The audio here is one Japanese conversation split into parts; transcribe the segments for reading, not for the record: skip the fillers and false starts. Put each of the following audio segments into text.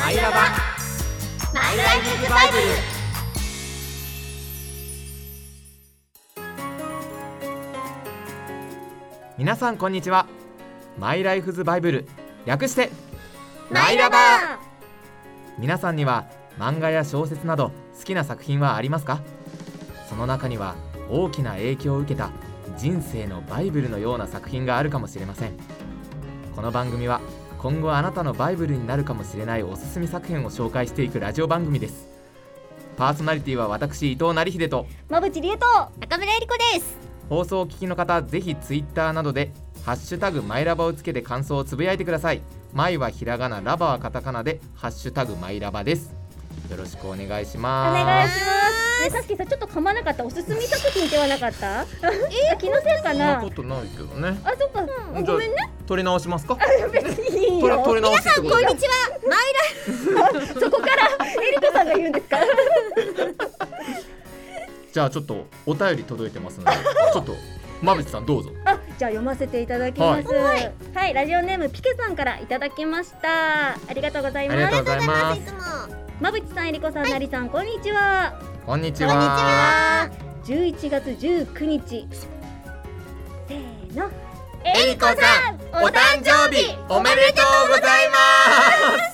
マイラバマイライフズバイブル。 皆さんこんにちは。マイライフズバイブル、略してマイラバ。 皆さんには漫画や小説など好きな作品はありますか？その中には大きな影響を受けた人生のバイブルのような作品があるかもしれません。この番組は今後あなたのバイブルになるかもしれないおすすめ作品を紹介していくラジオ番組です。パーソナリティは私伊藤成秀と馬淵理恵と中村えり子です。 放送をお聞きの方、ぜひツイッターなどでハッシュタグマイラバをつけて感想をつぶやいてください。マイはひらがな、ラバはカタカナでハッシュタグマイラバです。よろしくお願いします。 お願いします。ね、さっきさちょっと噛まなかったおすすめ作品ではなかった？気のせいかな。 そんなことないけどね。 あ、そっか、ごめんね。 取り直しますか？ 別にいいよ。 取り直しってことで。 こんにちは、マイライフそこからえりこさんが言うんですか？ じゃあちょっとお便り届いてますのでちょっと馬淵さんどうぞ。 あ、じゃあ読ませていただきます。はい、ラジオネームピケさんからいただきました。ありがとうございます。 ありがとうございます。 いつも馬淵さん、えりこさん、なりさん、こんにちは。 こんにちこんにちは。 は。 11月19日、せーの、 えりこさん、お誕生日おめでとうございます。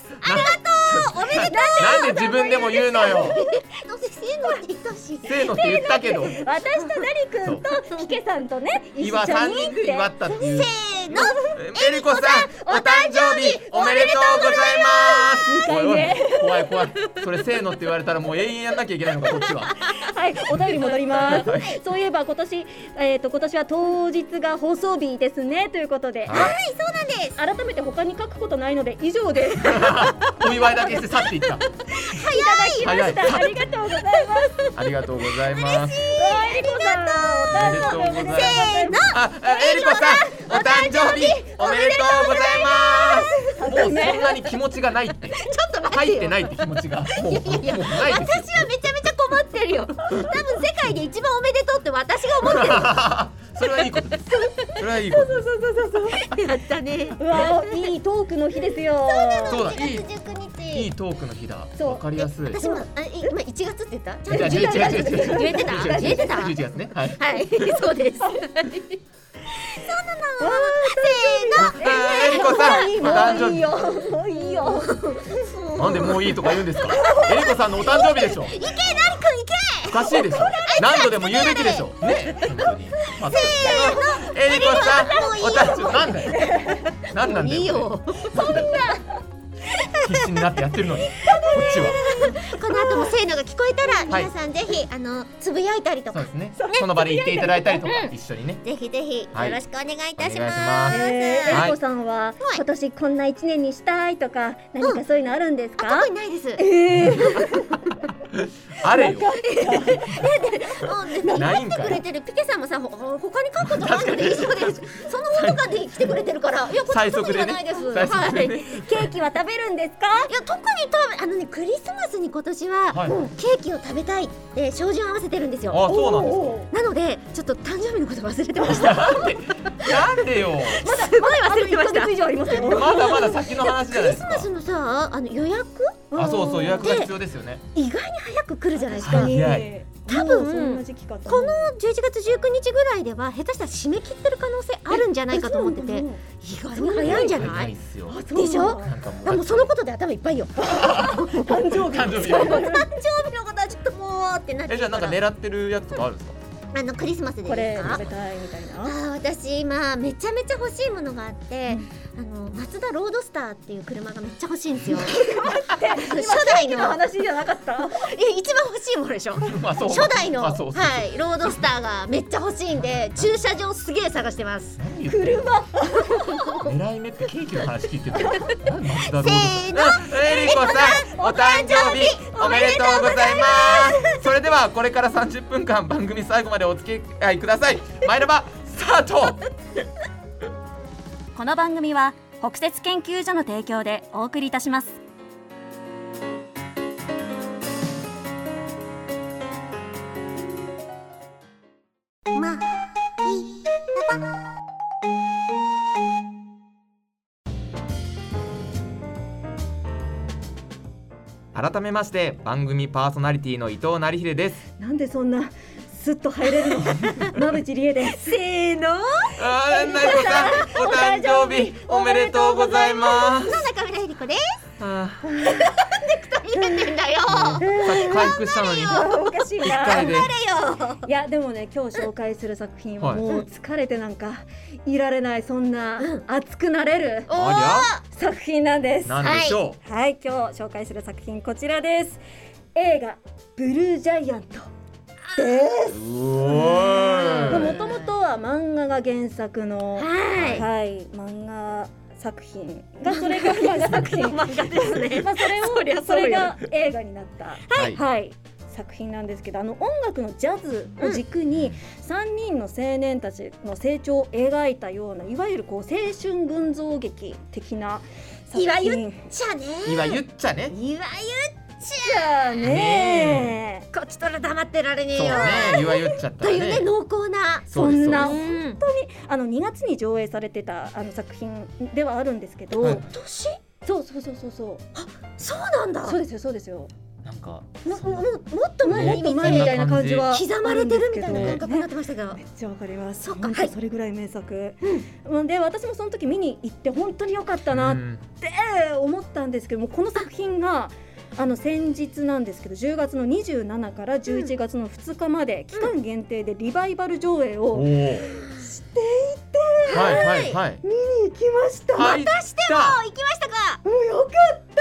ありがとう。 おめでとう。 なんで自分でも言うのよ。 どうせせーのって言ったし。 せーのって言ったけど、 私となりくんとピケさんとね、一緒に今3人ってで祝ったっていう。 せーの、 えりこさん、お誕生日おめでとうございます。 2回目。 怖い怖い。それせーのって言われたらもう永遠やんなきゃいけないのか、こっちは。 はい、お便り戻ります。そういえば今年は当日が放送日ですね、ということで、 はいはい、そうなんです。 改めて他に書くことないので以上です。いお祝いだけして去っていった。 ただきました。ありがとうございます。 ありがとうございます。 えりこさん、お誕生日おめでとうございます。 せーの、 えりこさん、お誕生日おめでとうございます。もうそんなに気持ちがないって。 ちょっと待ってよ。 入ってないって気持ちがもうないですよ。 私はめちゃめちゃ困ってるよ。多分世界で一番おめでとうって私が思ってる。 それはいいことです。それはいいことです。 やったね。 うわ、いいトークの日ですよ。 そうだ、 1月19日。 いいトークの日だ。 そうわかりやすい。 私も今1月って言った？ちゃんとじゃあ 11月違う言えてた？言えてた？ 11月ね。はい。 はい、そうです。そうなの。 えりこさん、お誕生日。 いいよ、もういいよ。 なんでもういいとか言うんですか。えりこさんのお誕生日でしょ。 いけ、なりくんいけ。 おかしいでしょ。何度でも言うべきでしょ。ね、本当に。えりこさん、お誕生日なんだよ。なんなんだよ。 いいよ。 必死になってやってるのに。こっちは。 この後もせーのが聞こえたら、 はい皆さんぜひつぶやいたりとかそうですね。その場で言っていただいたりとか、一緒にね。 ぜひぜひよはいろしくお願いいたしお願いしま。 ますえはいりこさんは今年こんな1年にしたいとか何かそういうのあるんですあ、 か？ 特にないです。 あれよ。ないんかいくれてるピケさんもさ、他に書くことないので以上です。その他で来てくれてるから、いや、これ特にはないです。 最速でね。 はい。 ケーキは食べるんですか？ いや、特にクリスマスに今年ははい。 ケーキを食べたいって照準を合わせてるんですよ。 あ、そうなんですか。 なのでちょっと誕生日のこと忘れてました。 なんでよ。 すごい忘れてまし 1ヶた。 月以上ありますよ。 まだまだ先の話じゃないですか。 クリスマスのさ、予約あ、そうそう、予約が必要ですよね。 意外に早く来るじゃないですか。 早い。 多分もうそんな時期かとこの11月19日ぐらいでは下手したら締め切ってる可能性あるんじゃないかと思ってて、意外に早いんじゃな早いいっすよ。 でしょ。 なんかもう。 でもそのことで頭いっぱいよ。 誕生日。 誕生日。 誕生日のことはちょっともうってなってじゃあなんか狙ってるやつとかあるんですか。 クリスマスでこれですか食べ。たいみたいな。 私今めちゃめちゃ欲しいものがあって、マツダロードスターっていう車がめっちゃ欲しいんですよ。初代の話じゃなかった。 一番欲しいものでしょ。 まあそう。 初代のまあそうそう。 はいロードスターがめっちゃ欲しいんで駐車場すげえ探してます。 何言ってるの。狙い目ってケーキの話聞いてる。せせーの、 えりこさん、お誕生日おめでとうございます。それではこれから30分間番組最後までお付き合いください。マイラバスタート。 この番組は北雪研究所の提供でお送りいたします。 まあいいラバ。 改めまして番組パーソナリティの伊藤成秀です。 なんでそんなスッと入れるの馬淵理恵です。 せーの、 成子さんお誕生日おめでとうございます。 野中村えり子です。 あ見えてんだよ。 さっき回復したのにおかしい 1 な。 回で。 よ。 いやでもね、今日紹介する作品ははいもう疲れてなんかいられない、そんな熱くなれるおあ作品なんです。 りゃなんでしょう。 はい、今日紹介する作品こちらです。映画ブルージャイアントです。 うおーもともとは漫画が原作の、 はいはい、漫画作品が、それが漫画作品漫画ですね。 まあそれが映画になったはいはい作品なんですけど、音楽のジャズを軸に3人の青年たちの成長を描いたような、いわゆるこう青春群像劇的な作品。 いわゆっちゃね。 今言っちゃね。 いわゆっちじゃあねゃ。こっちとら黙ってられねえそうねよ。 今言っちゃったらというね、 ね。 濃厚な。 そんなそうですうん 2月に上映されてた作品ではあるんですけど、 はい年？ そうそうなんだ。 そうですよそうですよ。 なんかもっと前に見もっと前みたていな感じは刻まれてるみたいなあるんですけど感覚になってましたけど。 めっちゃわかります。 そっか本当はいそれぐらい名作、で私もその時見に行って本当に良かったなっうんて思ったんですけども、この作品が先日なんですけど、10月の27から11月の2日まで期間限定でリバイバル上映をおーしてはいはいはい。 見に行きました。 はいまたしても行きましたか。 もうよ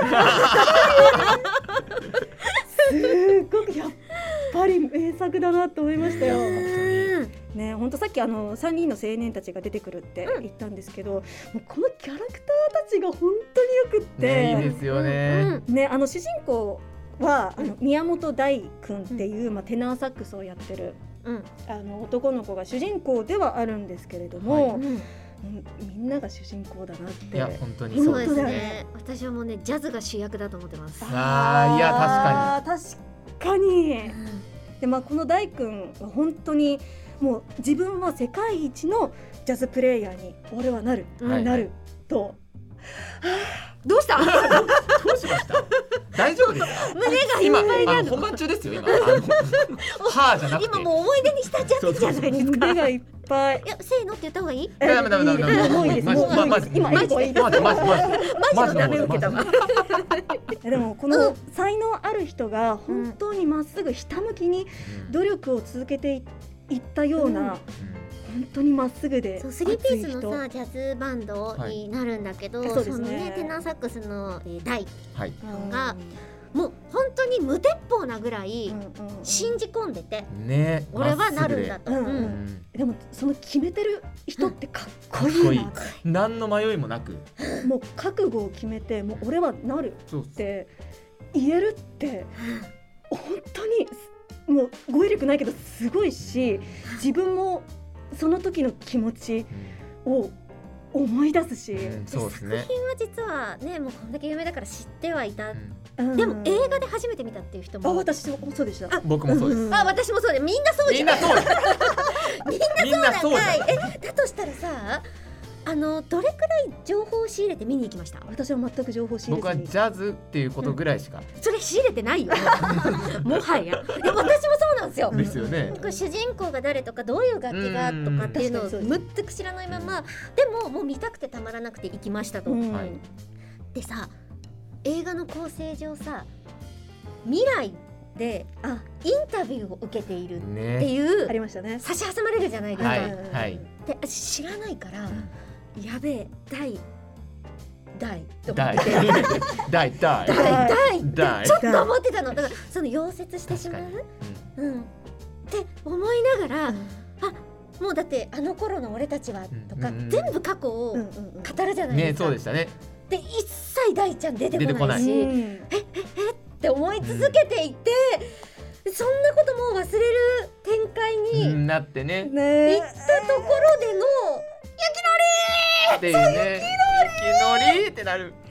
かったすっごくやっぱり名作だなと思いましたよ。ね、本当さっき3人の青年たちが出てくるって言ったんですけど、もうこのキャラクターたちが本当によくって、 ねいいですよね。 ね、主人公は宮本大君っていう、テナーサックスをやってる男の子が主人公ではあるんですけれども、みんなが主人公だなって。 いや本当にそうです本当だよね。私はもうね、ジャズが主役だと思ってます。 あーいや確かに。でこの大君は本当にもう自分は世界一のジャズプレイヤーに俺はなる、 はいなると。 どうした？ どうしました？大丈夫ですか？ 胸がいっ今ぱいになる。 本番中ですよ今。はーじゃなくて。 今もう思い出にしたジャズじゃないですか。 胸がいっぱい。 いや、せーのって言った方がいい？ ダメもういいです。もういいです。今マジいいです。 マジマジのダメ受けたわ。 でもこの才能ある人が本当にまっすぐひたむきに努力を続けていったような、本当にまっすぐでそう熱い 3ピース人。 のさジャズバンドになるんだけど、 そうですねのねテナーサックスの大はい。 がもう本当に無鉄砲なぐらい信じ込んでて、 ね。 俺はなるんだと。 うんうんでもその決めてる人ってかっこいいな。 何の迷いもなく。 もう覚悟を決めて、もう俺はなるそうって言えるって本当にもう語彙力ないけどすごいし、自分もその時の気持ちを思い出すし、 そうですね。 作品は実はねもうこんだけ有名だから知ってはいた、 うんでも映画で初めて見たっていう人も私もそうでした。 僕もそうです。 私もそうで、みんなそうじゃん。 みんなそうです。みんなそうかいだ。 だとしたらさ、どれくらい情報を仕入れて見に行きました？ 私は全く情報仕入僕はれずに。 ジャズっていうことぐらいしか。 それ仕入れてないよもはや。で私もそうなんですよ。 ですよね。 これ主人公が誰とかどういう楽器がとかっていうのを全く知らないまま、でももう見たくてたまらなくて行きましたと。 はいでさ、映画の構成上さ、未来でインタビューを受けているってね。 いうありましたね。 差し挟まれるじゃないですか。 はいはい。 で私知らないから、やべえ大と思大ってて大大大ちょっと思ってたの。だからその溶接してしまう、って思いながら、もうだってあの頃の俺たちはとか、全部過去を語るじゃないでね、 すか。 そうでしたね。 で一切大ちゃん出てこないし、 出って思い続けていて、そんなことも忘れる展開になってね。 行ったところでのっていうね。雪のりってなる。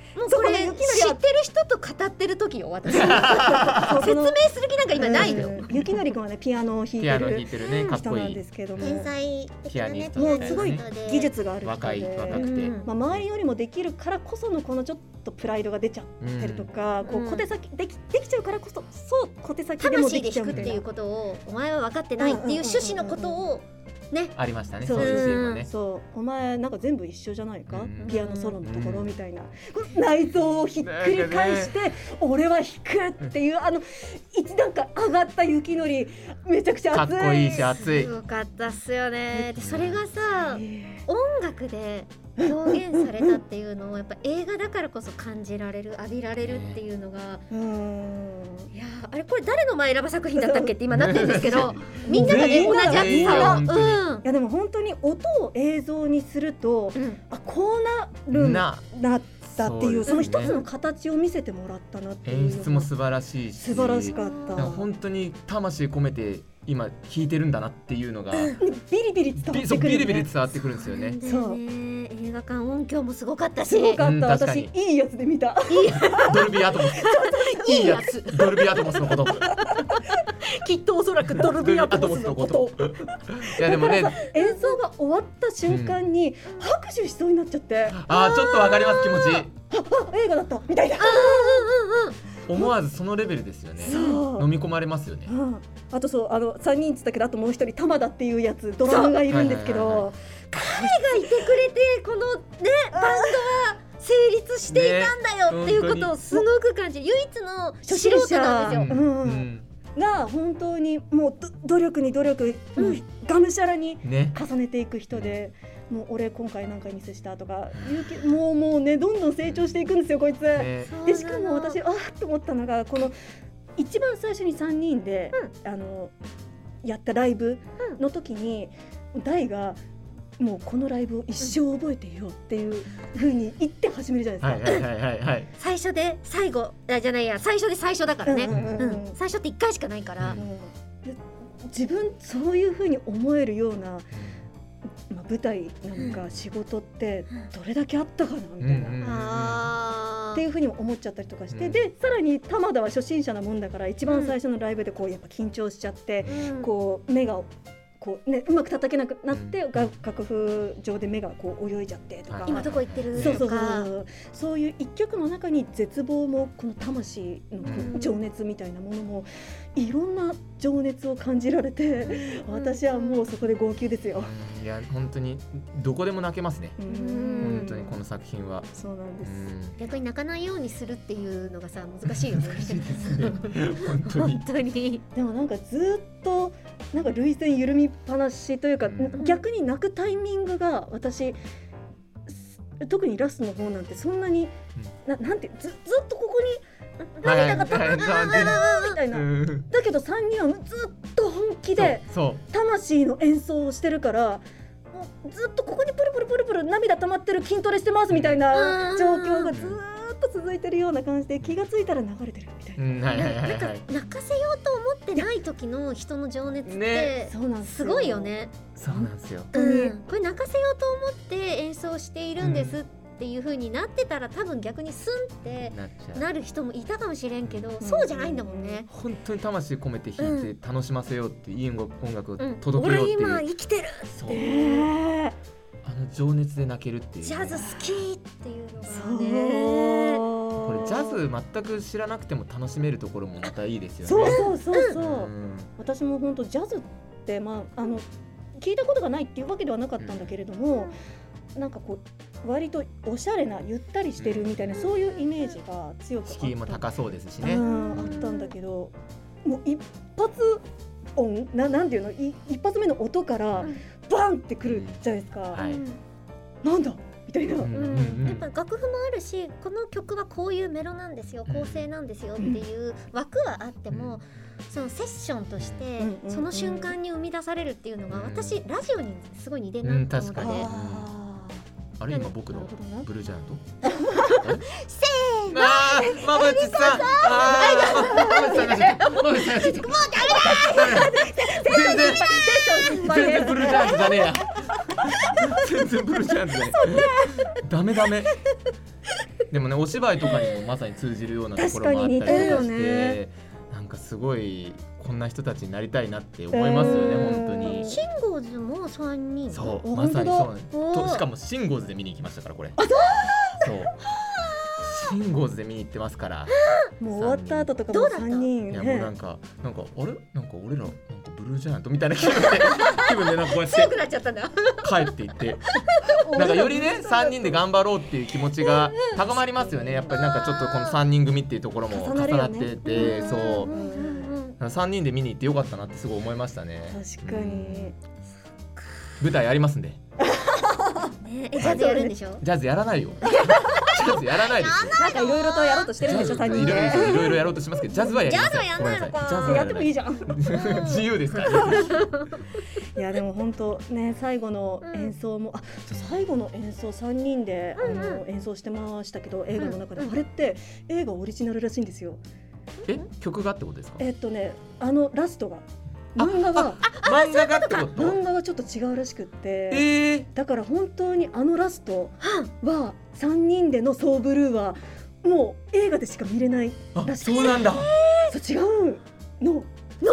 もうこれ知ってる人と語ってる時よ私説明する気なんか今ないのよ。 雪のりくんはねピアノを弾いてるね、かっ人こいないんですけども、 天才的なねもうすごい技術がある人で、 若くて、 周りよりもできるからこそのこのちょっとプライドが出ちゃってるとか、こう小手先できちゃうからこそ小手先でもできちゃうみたいな、 魂で弾くっていうことをお前は分かってないっていう趣旨のことをね、 ありましたね。そういうシーンもね。 そうお前なんか全部一緒じゃないか、ピアノソロのところみたいな、内臓をひっくり返して、俺は弾くっていう一段階上がった雪のり、めちゃくちゃ熱い、 かっこいいし熱い、 すごかったっすよね。でそれがさ、音楽で表現されたっていうのをやっぱ映画だからこそ感じられる、浴びられるっていうのが、いやあれこれ誰の前選ば作品だったっけって今なってるんですけどみんながね同じやつさ、 いやでも本当に音を映像にすると、あこうなるんだったっていう、その一つの形を見せてもらったなっていう。 演出も素晴らしいし、 素晴らしかった。 本当に魂込めて今弾いてるんだなっていうのがビリビリ伝わってくる、 ビリビリ伝わってくるんですよね。 そう映画館音響もすごかったし、 すごかった。私いいやつで見た。 ドルビーアトモス、いいやつ、ドルビーアトモスのこときっとおそらくドルビーアトモスのこと。 いやでもね、 演奏が終わった瞬間に拍手しそうになっちゃって、 ちょっとわかります、気持ち。 映画だったみたいな。 思わずそのレベルですよね。飲み込まれますよね。 あとそう3人つったけど、あともう一人玉田っていうやつドラムがいるんですけど、 彼がいてくれてこのねバンドは成立していたんだよっていうことをすごく感じ、唯一の素人なんですよ。 が本当にもう努力に努力、がむしゃらに重ねていく人で、もう俺今回何回ミスしたとかもうねどんどん成長していくんですよこいつ。でしかも私と思ったのが、この一番最初に3人で、やったライブの時に、大がもうこのライブを一生覚えていようっていう風に言って始めるじゃないですか。 最初で最後じゃないや、最初で最初だからね。最初って1回しかないから、 自分そういう風に思えるような、舞台なんか仕事ってどれだけあったかなみたいな、っていう風に思っちゃったりとかして、でさらに玉田は初心者なもんだから、一番最初のライブでこうやっぱ緊張しちゃって、こう目がこうね、うまく叩けなくなって、楽譜上で目がこう泳いじゃってとか、 今どこ行ってるとか、 そういう一曲の中に絶望も、この魂の情熱みたいなものも、いろんな情熱を感じられて、私はもうそこで号泣ですよ。 いや本当にどこでも泣けますね。本当にこの作品はそうなんです。 逆に泣かないようにするっていうのがさ、難しいよね。 難しいですね。本当に。 でもなんかずっとなんか涙腺緩みっぱなしというか、逆に泣くタイミングが私特にラストの方なんてそんなに、なんてずっとここに涙がたまるみたいな、だけど3人はずっと本気で魂の演奏をしてるから、ずっとここにプルプルプルプル涙溜まってる、筋トレしてますみたいな状況がずっと続いてるような感じで、気がついたら流れてるみたいな。 なんか泣かせようと思ってない時の人の情熱ってすごいよね。 そうなんですよ。 これ泣かせようと思って演奏しているんですっていう風になってたら、多分逆にスンってなる人もいたかもしれんけど、そうじゃないんだもんね。 本当に魂込めて弾いて楽しませようって、いい音楽を届けようっていう、 俺今生きてるって情熱で泣けるっていう、 ジャズ好きっていうのがね、 これジャズ全く知らなくても楽しめるところもまたいいですよね。 そう私も本当ジャズって、聞いたことがないっていうわけではなかったんだけれども、なんかこう割とおしゃれなゆったりしてるみたいな、そういうイメージが強くあった。 敷居も高そうですしね。 あったんだけど、もう一発音なんていうの、一発目の音からバンってくるじゃないですか。なんだみたいな。やっぱ楽譜もあるし、この曲はこういうメロなんですよ、構成なんですよっていう枠はあっても、そのセッションとしてその瞬間に生み出されるっていうのが、私ラジオにすごい似てるなと思って。 あれ今僕のブルージャイアントせーの、 まぶちさん、もうダメだ、全然ブルージャイアントじゃねえや。全然ブルージャイアントじゃねえ。ダメ。 でもねお芝居とかにもまさに通じるようなところもあったりとかして、なんかすごいこんな人たちになりたいなって思いますよね、本当に。 シンゴーズも3人。 そうまさにそうと、しかもシンゴーズで見に行きましたからこれ。そうシンゴーズで見に行ってますから。 もう終わった後とかも3人。 いやもうなんかあれなんか俺らなんかブルージャイアントみたいな気分でなんかこうやって強くなっちゃったんだ。 帰っていってなんかよりね3人で頑張ろうっていう気持ちが高まりますよね。やっぱりなんかちょっとこの3人組っていうところも重なってて、そう3人で見に行ってよかったなってすごい思いましたね。 確かに。 舞台ありますんで。 ジャズやるんでしょ。 ジャズやらないよ。ジャズやらないです。 なんかいろいろとやろうとしてるんでしょ、3人で。 いろいろやろうとしますけど、ジャズはやりません。 ジャズはやんないのか。 ジャズはやってもいいじゃん。 自由ですからね。 いやでも本当ね、最後の演奏も、最後の演奏3人で演奏してましたけど、映画の中であれって映画オリジナルらしいんですよ。 曲がってことですか？ ラストが漫画がってこと？漫画がちょっと違うらしくって、だから本当にラストは3人でのソーブルーはもう映画でしか見れないらしくて。 そうなんだ。 そう違うの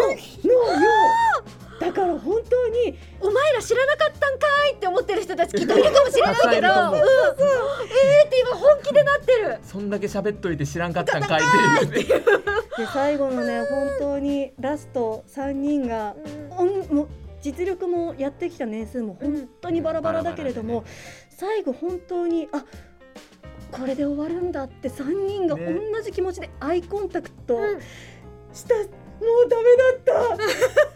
だから本当にお前ら知らなかったんかいって思ってる人たちきっといるかもしれないけど、って今本気でなってる。 そんだけ喋っといて知らんかったんかいっていう。 で最後のね本当にラスト3人がもう実力もやってきた年数も本当にバラバラだけれども、最後本当にこれで終わるんだって3人が同じ気持ちでアイコンタクトした、もうダメだった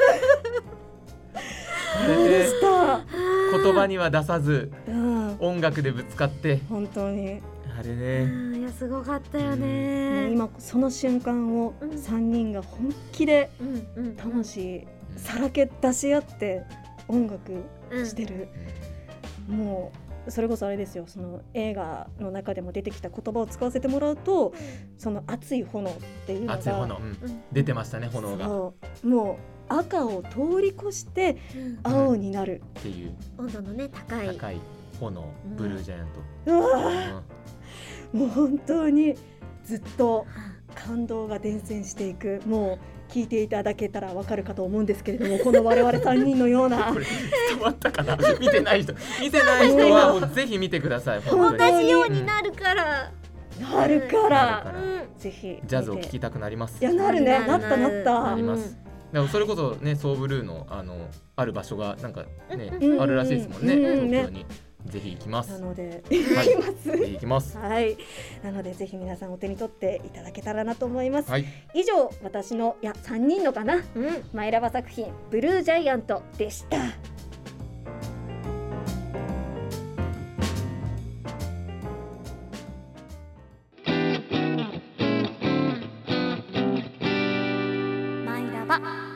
言葉には出さず、音楽でぶつかって本当にあれね。 いやすごかったよね。 今その瞬間を3人が本気で魂さらけ出し合って音楽してる、もうそれこそあれですよ、その映画の中でも出てきた言葉を使わせてもらうと、その熱い炎っていうのが熱い炎、出てましたね、炎が。 もう赤を通り越して青になるっていう温度のね高い炎、ブルージャイアント。 もう本当にずっと感動が伝染していく、もう聞いていただけたらわかるかと思うんですけれども、この我々3人のようなこれ伝わったかな。見てない人はもうぜひ見てください。 同じようになるからぜひジャズを聴きたくなります。 いやなるね、なったあります。でもそれこそね、ソーブルーのある場所がなんかねあるらしいですもんね、東京に。ぜひ行きます。 なので行きます。 はい。なのでぜひ皆さんお手に取っていただけたらなと思います。 はい、 以上、私の3人のかな、マイラバ作品ブルージャイアントでした。 マイラバ。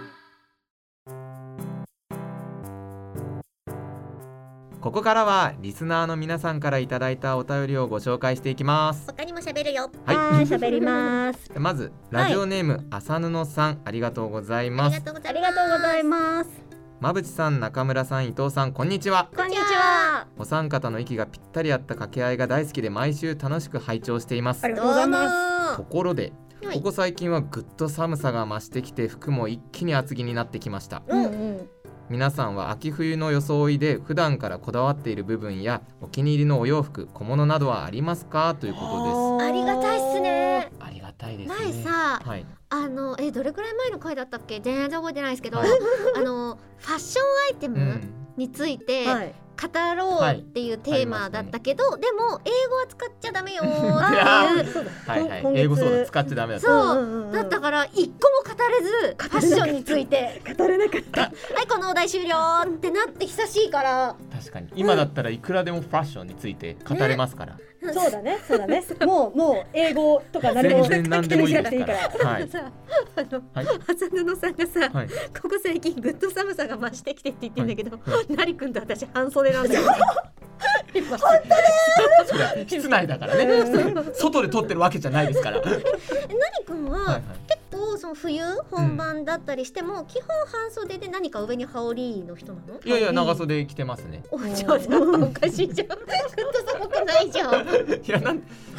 ここからはリスナーの皆さんからいただいたお便りをご紹介していきます。 他にも喋るよ。 はい、喋ります。 まずラジオネーム、浅布さん、ありがとうございます。 ありがとうございます。 まぶちさん、中村さん、伊藤さん、こんにちは。 こんにちは。 お三方の息がぴったり合った掛け合いが大好きで毎週楽しく拝聴しています。 ありがとうございます。 ところでここ最近はぐっと寒さが増してきて、服も一気に厚着になってきました。皆さんは秋冬の装いで普段からこだわっている部分やお気に入りのお洋服、小物などはありますか、ということです。 ありがたいっすね。 ありがたいですね。 前さ、どれくらい前の回だったっけ、全然覚えてないですけど、ファッションアイテムについて語ろうっていうテーマだったけど、でも英語は使っちゃダメよっていう英語そうだ、使っちゃダメだった。 そうだったから一個も語れず、ファッションについて語れなかった。 はい、このお題終了ってなって久しいから。 確かに今だったらいくらでもファッションについて語れますから。 そうだね。もう英語とか何でも何でもいいですから。 さ、浅布さんがさ、ここ最近ぐっと寒さが増してきてって言ってんだけど、なりくんと私半袖なんだよ。 本当です。室内だからね。外で撮ってるわけじゃないですから。 なりくんは結構その冬本番だったりしても基本半袖で何か上に羽織の人なの？ いや長袖着てますね。 じゃあおかしいじゃん。ぐっと寒くないじゃん。 いや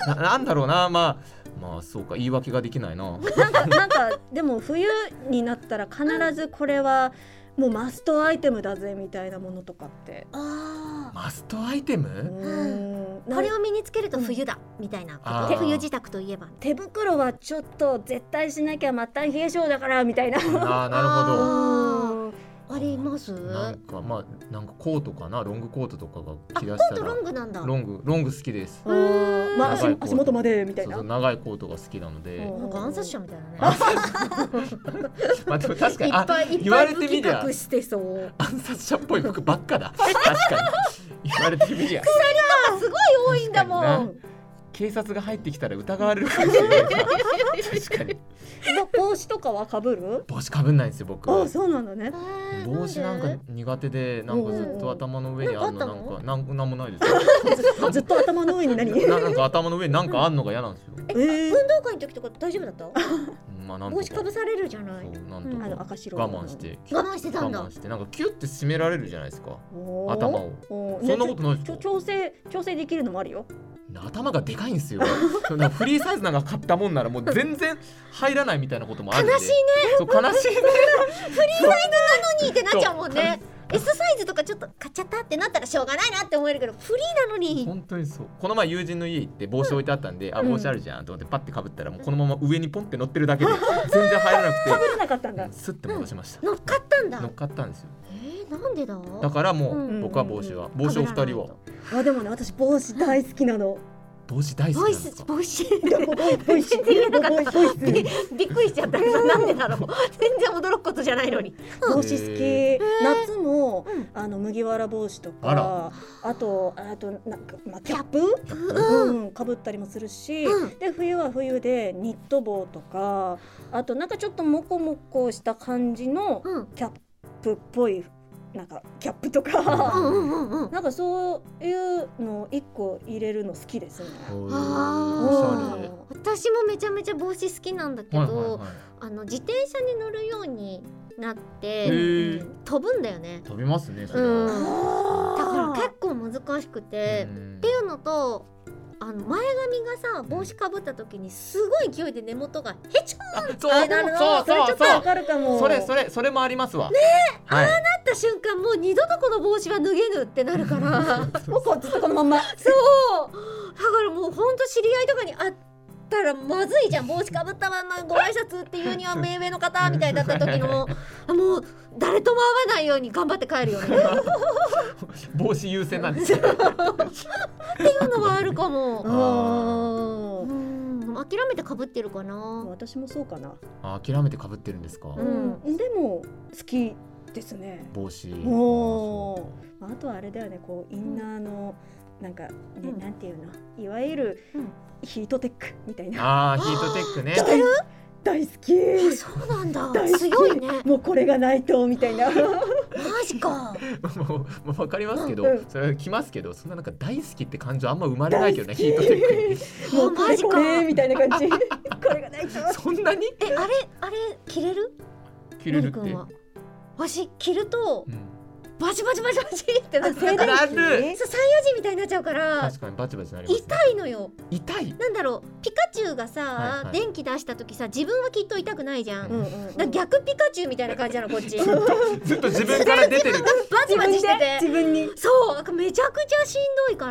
なんだろうな、まあそうか、言い訳ができないな。 なんかでも冬になったら必ずこれはもうマストアイテムだぜみたいなものとかって。 マストアイテム？ これを身につけると冬だみたいなこと。冬支度といえば手袋はちょっと絶対しなきゃ末端冷え性だからみたいな。 なるほど。 あります。 なんかコートかな、ロングコートとかが着だしたら。 コートロングなんだ。 ロング好きです。 まあ足元までみたいな。 そう長いコートが好きなので。 なんか暗殺者みたいなね。 まあでも確かに言われてみりゃ暗殺者っぽい服ばっかだ。確かに言われてみりゃ。 鎖とかすごい多いんだもん。 警察が入ってきたら疑われるかもしれない。確かに。 帽子とかは被る？ 帽子被んないんですよ僕は。 あ、そうなんだね。 帽子なんか苦手で、なんかずっと頭の上にあんのなんもないですよ。 ずっと頭の上に何？ なんか頭の上になんかあんのが嫌なんですよ。 運動会の時とか大丈夫だった？帽子かぶされるじゃない。 赤白我慢してたんだ。 なんかキュッて締められるじゃないですか。頭を。そんなことないですよ。 調整できるのもあるよ。 頭がでかいんですよ。フリーサイズなんか買ったもんならもう全然入らないみたいなこともあるんで。 悲しいね。 そう悲しいね。 フリーサイズなのにってなっちゃうもんね。S サイズとかちょっと買っちゃったってなったらしょうがないなって思えるけど、フリーなのに。 本当にそう。この前友人の家行って帽子置いてあったんで、帽子あるじゃんと思ってパッてかぶったら、もうこのまま上にポンって乗ってるだけで全然入らなくて。 かぶれなかったんだ。 スッて戻しました。 乗っかったんだ。 乗っかったんですよ。 なんでだ。 だからもう僕は帽子お二人は。 でもね、私帽子大好きなの。 帽子大好きなんですか？ 帽子って言えなかった。びっくりしちゃった。なんでだろう。全然驚くことじゃないのに。 帽子好き。夏も麦わら帽子とか、あとなんかキャップかぶったりもするし、で冬は冬でニット帽とか、あとなんかちょっとモコモコした感じのキャップっぽい。なんかキャップとかなんかそういうの1個入れるの好きですね。 私もめちゃめちゃ帽子好きなんだけど、自転車に乗るようになって飛ぶんだよね。 飛びますね。それはだから結構難しくてっていうのと、前髪がさ帽子かぶった時にすごい勢いで根元がへちょーんってなるの。 それちょっとわかるかも。 それもありますわね。 ああなった瞬間もう二度とこの帽子は脱げぬってなるから僕はずっとこのまんま。 そうだからもうほんと知り合いとかに会ったらまずいじゃん。帽子かぶったまんまご挨拶っていうには目上の方みたいだった時のもう誰とも会わないように頑張って帰るよね。 帽子優先なんですよ。 っていうのはあるかも。諦めて被ってるかな。 私もそうかな。 諦めて被ってるんですか。 でも好きですね。 帽子。 あとはあれだよね、こうインナーのなんかね、なんていうの、いわゆるヒートテックみたいな。 ヒートテックね。 着てる？ 大好き。 そうなんだ。強いね。 もうこれがないとみたいな。 マジか。 もう分かりますけど、それは来ますけど、そんななんか大好きって感情あんま生まれないけどね、ヒートテックに。 もうマジかみたいな感じ。これがないと。 そんなに？ あれ着れる？ 着れるって。 わし着ると。バチバチってなってなる。 サイヤ人みたいになっちゃうから。 確かにバチバチなりますね。 痛いのよ。 痛い？ なんだろう、ピカチュウがさ、電気出した時さ、自分はきっと痛くないじゃん。逆ピカチュウみたいな感じなのこっち。 ずっと自分から出てる。 バチバチしてて。 自分に。 そう、なんかめちゃくちゃしんどいから。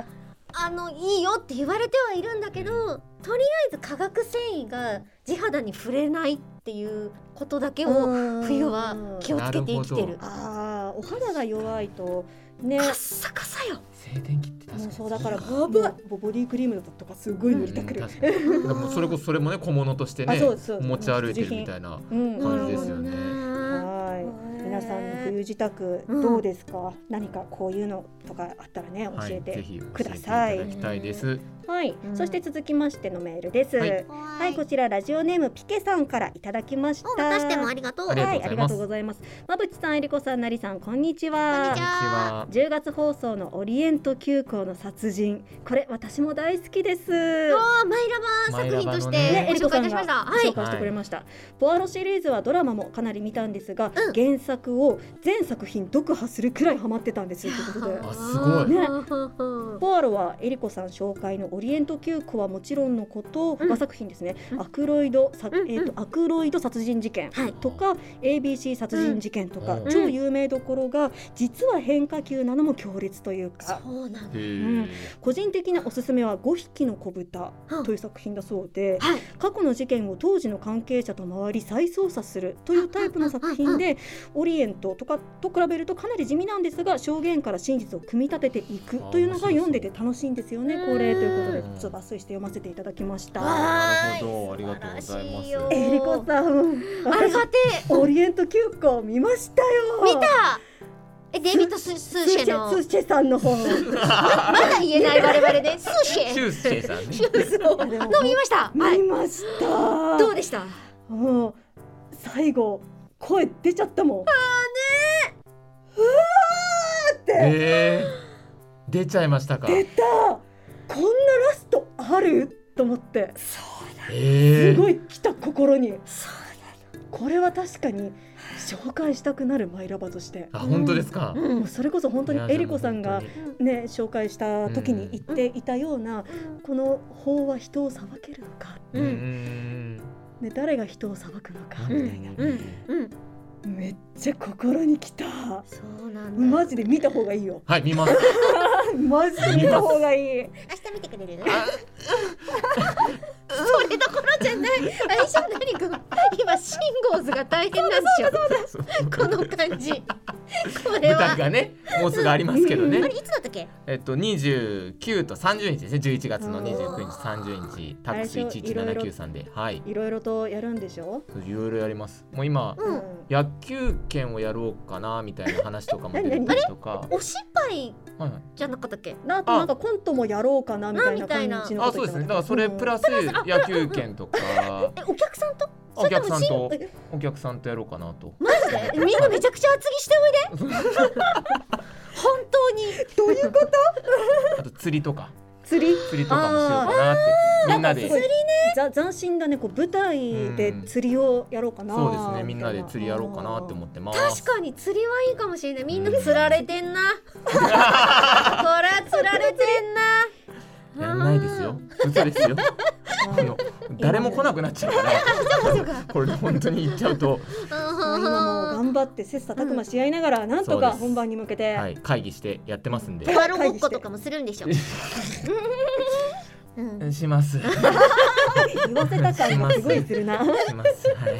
いいよって言われてはいるんだけど、とりあえず化学繊維が地肌に触れないっていうことだけを冬は気をつけて生きてる。 お肌が弱いとね、 カッサカサよ。 静電気って確かにそうだからボディクリームとかすごい塗りたくる。 それこそそれもね小物としてね持ち歩いてるみたいな感じですよね。 皆さんの冬支度どうですか？何かこういうのとかあったらね、教えてください。 ぜひ教えていただきたいです。 はい、そして続きましてのメールです。はい、こちらラジオネームピケさんからいただきました。 またしてもありがとう。 はい、ありがとうございます。まぶちさん、えりこさん、なりさん、こんにちは。10月放送のオリエント急行の殺人、これ私も大好きです。 マイラバ作品としてご紹介いたしました。 紹介してくれました。ポアロシリーズはドラマもかなり見たんですが、原作を全作品読破するくらいハマってたんですということで。 すごい。 ポアロはえりこさん紹介のオオリエント急行はもちろんのこと他作品ですね、アクロイド殺人事件とか、ABC 殺人事件とか、超有名どころが実は変化球なのも強烈というか、 そうなんだ、 個人的なおすすめは5匹の子豚という作品だそうで、過去の事件を当時の関係者と回り再捜査するというタイプの作品で、オリエントとかと比べるとかなり地味なんですが、証言から真実を組み立てていくというのが読んでて楽しいんですよね。これということでちょっと抜粋して読ませていただきました。 なるほど、ありがとうございます。 えりこさん、 ありがてえ。 オリエント急行見ましたよ。 見た。デイビッド・スーシェのスーシェさんの本まだ言えない我々でスーシェシューシェさんね。 の見ました。 見ました。 どうでした？ もう最後声出ちゃったもん。うわーって、 出ちゃいましたか。 出た。こんなラストあると思って。 そうだ、 すごい来た心に。これは確かに紹介したくなるマイラバとして。 あ、本当ですか。 もうそれこそ本当にえりこさんがね紹介した時に言っていたような、この法は人を裁けるのか、ね、誰が人を裁くのかみたいな、めっちゃ心に来た。 そうなんだ。 マジで見た方がいいよ。 はい、見ます。 マジで見た方がいい。 明日見てくれる？それどころじゃない。あ、石谷君、今シンゴーズが大変なんでしょ。この感じ。これは舞台がね、もうすぐありますけどね。 あれいつだったっけ ？29と30日ですね。11月の29日、30日、タックス11793で、はい。 いろいろとやるんでしょ？ いろいろやります。もう今、野球拳をやろうかなみたいな話とかも出てたりとか。 お芝居じゃなかったっけ？ あとなんかコントもやろうかなみたいな感じのこと。 あ、そうですね。だからそれプラス野球拳とか。 お客さんと？ お客さんとやろうかなと。 マジで？みんなめちゃくちゃ厚着しておいで。本当に。 どういうこと？ あと釣りとか。 釣りとかもしようかなって。みんなで。 釣りね。斬新だね。こう舞台で釣りをやろうかな。 そうですね。みんなで釣りやろうかなって思ってます。 確かに釣りはいいかもしれない。みんな釣られてんな。これは釣られてんな。 やんないですよ。嘘ですよ。誰も来なくなっちゃうから。これで本当に言っちゃうと。 今もう頑張って切磋琢磨し合いながら、なんとか本番に向けて会議してやってますんで。 ペワロごっことかもするんでしょ。 します。 言わせた感がすごいするな。 します。はい。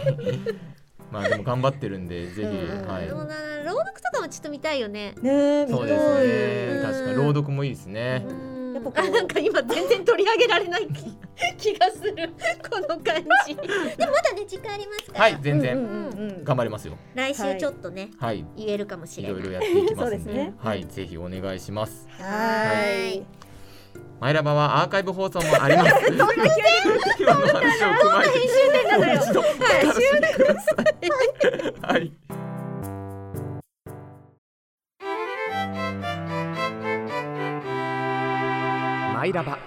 まあでも頑張ってるんで、ぜひ、はい。 朗読とかもちょっと見たいよね。 ね、 そうですね。確かに朗読もいいですね。 なんか今全然取り上げられない気がするこの感じ。でもまだね時間ありますから。 はい、全然頑張りますよ。 来週ちょっとね、言えるかもしれない。 いろいろやっていきますんで、はい、ぜひお願いします。 はい。 マイラバはアーカイブ放送もあります。今の話を踏まえて編集点なのよ。 はい。マイラバ。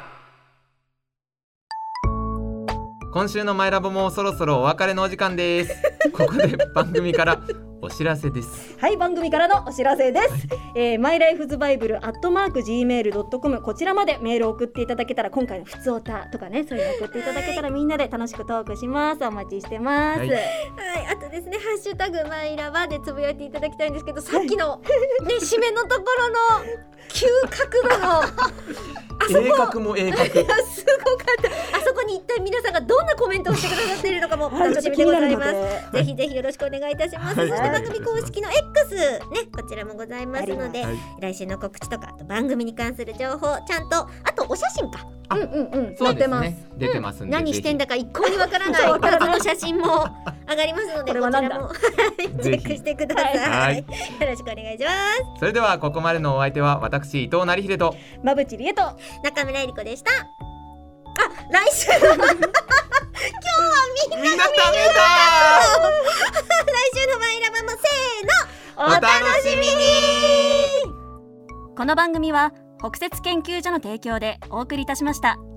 今週のマイラボもそろそろお別れのお時間です。ここで番組からお知らせです。 はい、番組からのお知らせです。マイライフズバイブル@gmail.com こちらまでメールを送っていただけたら、今回のふつおたとかね、そういうの送っていただけたらみんなで楽しくトークします。お待ちしてます。はい、 あとですね、ハッシュタグマイラバでつぶやいていただきたいんですけど、さっきのね締めのところの急角度の鋭角も鋭角。 すごかった。あそこに一体皆さんがどんなコメントをしてくださっているのかも楽しみでございます。ぜひぜひよろしくお願いいたします。そして番組公式の X ね、こちらもございますので、来週の告知とか、あと番組に関する情報、ちゃんと、あとお写真か。 そうですね。出てますんで。 何してんだか一向にわからない謎の写真も上がりますので、こちらもチェックしてください。よろしくお願いします。 それではここまでのお相手は私伊藤成秀と馬淵理恵と中村えり子でした。来週今日はみんなが見れる来週のマイラバもせーの、お楽しみに。 この番組は北雪研究所の提供でお送りいたしました。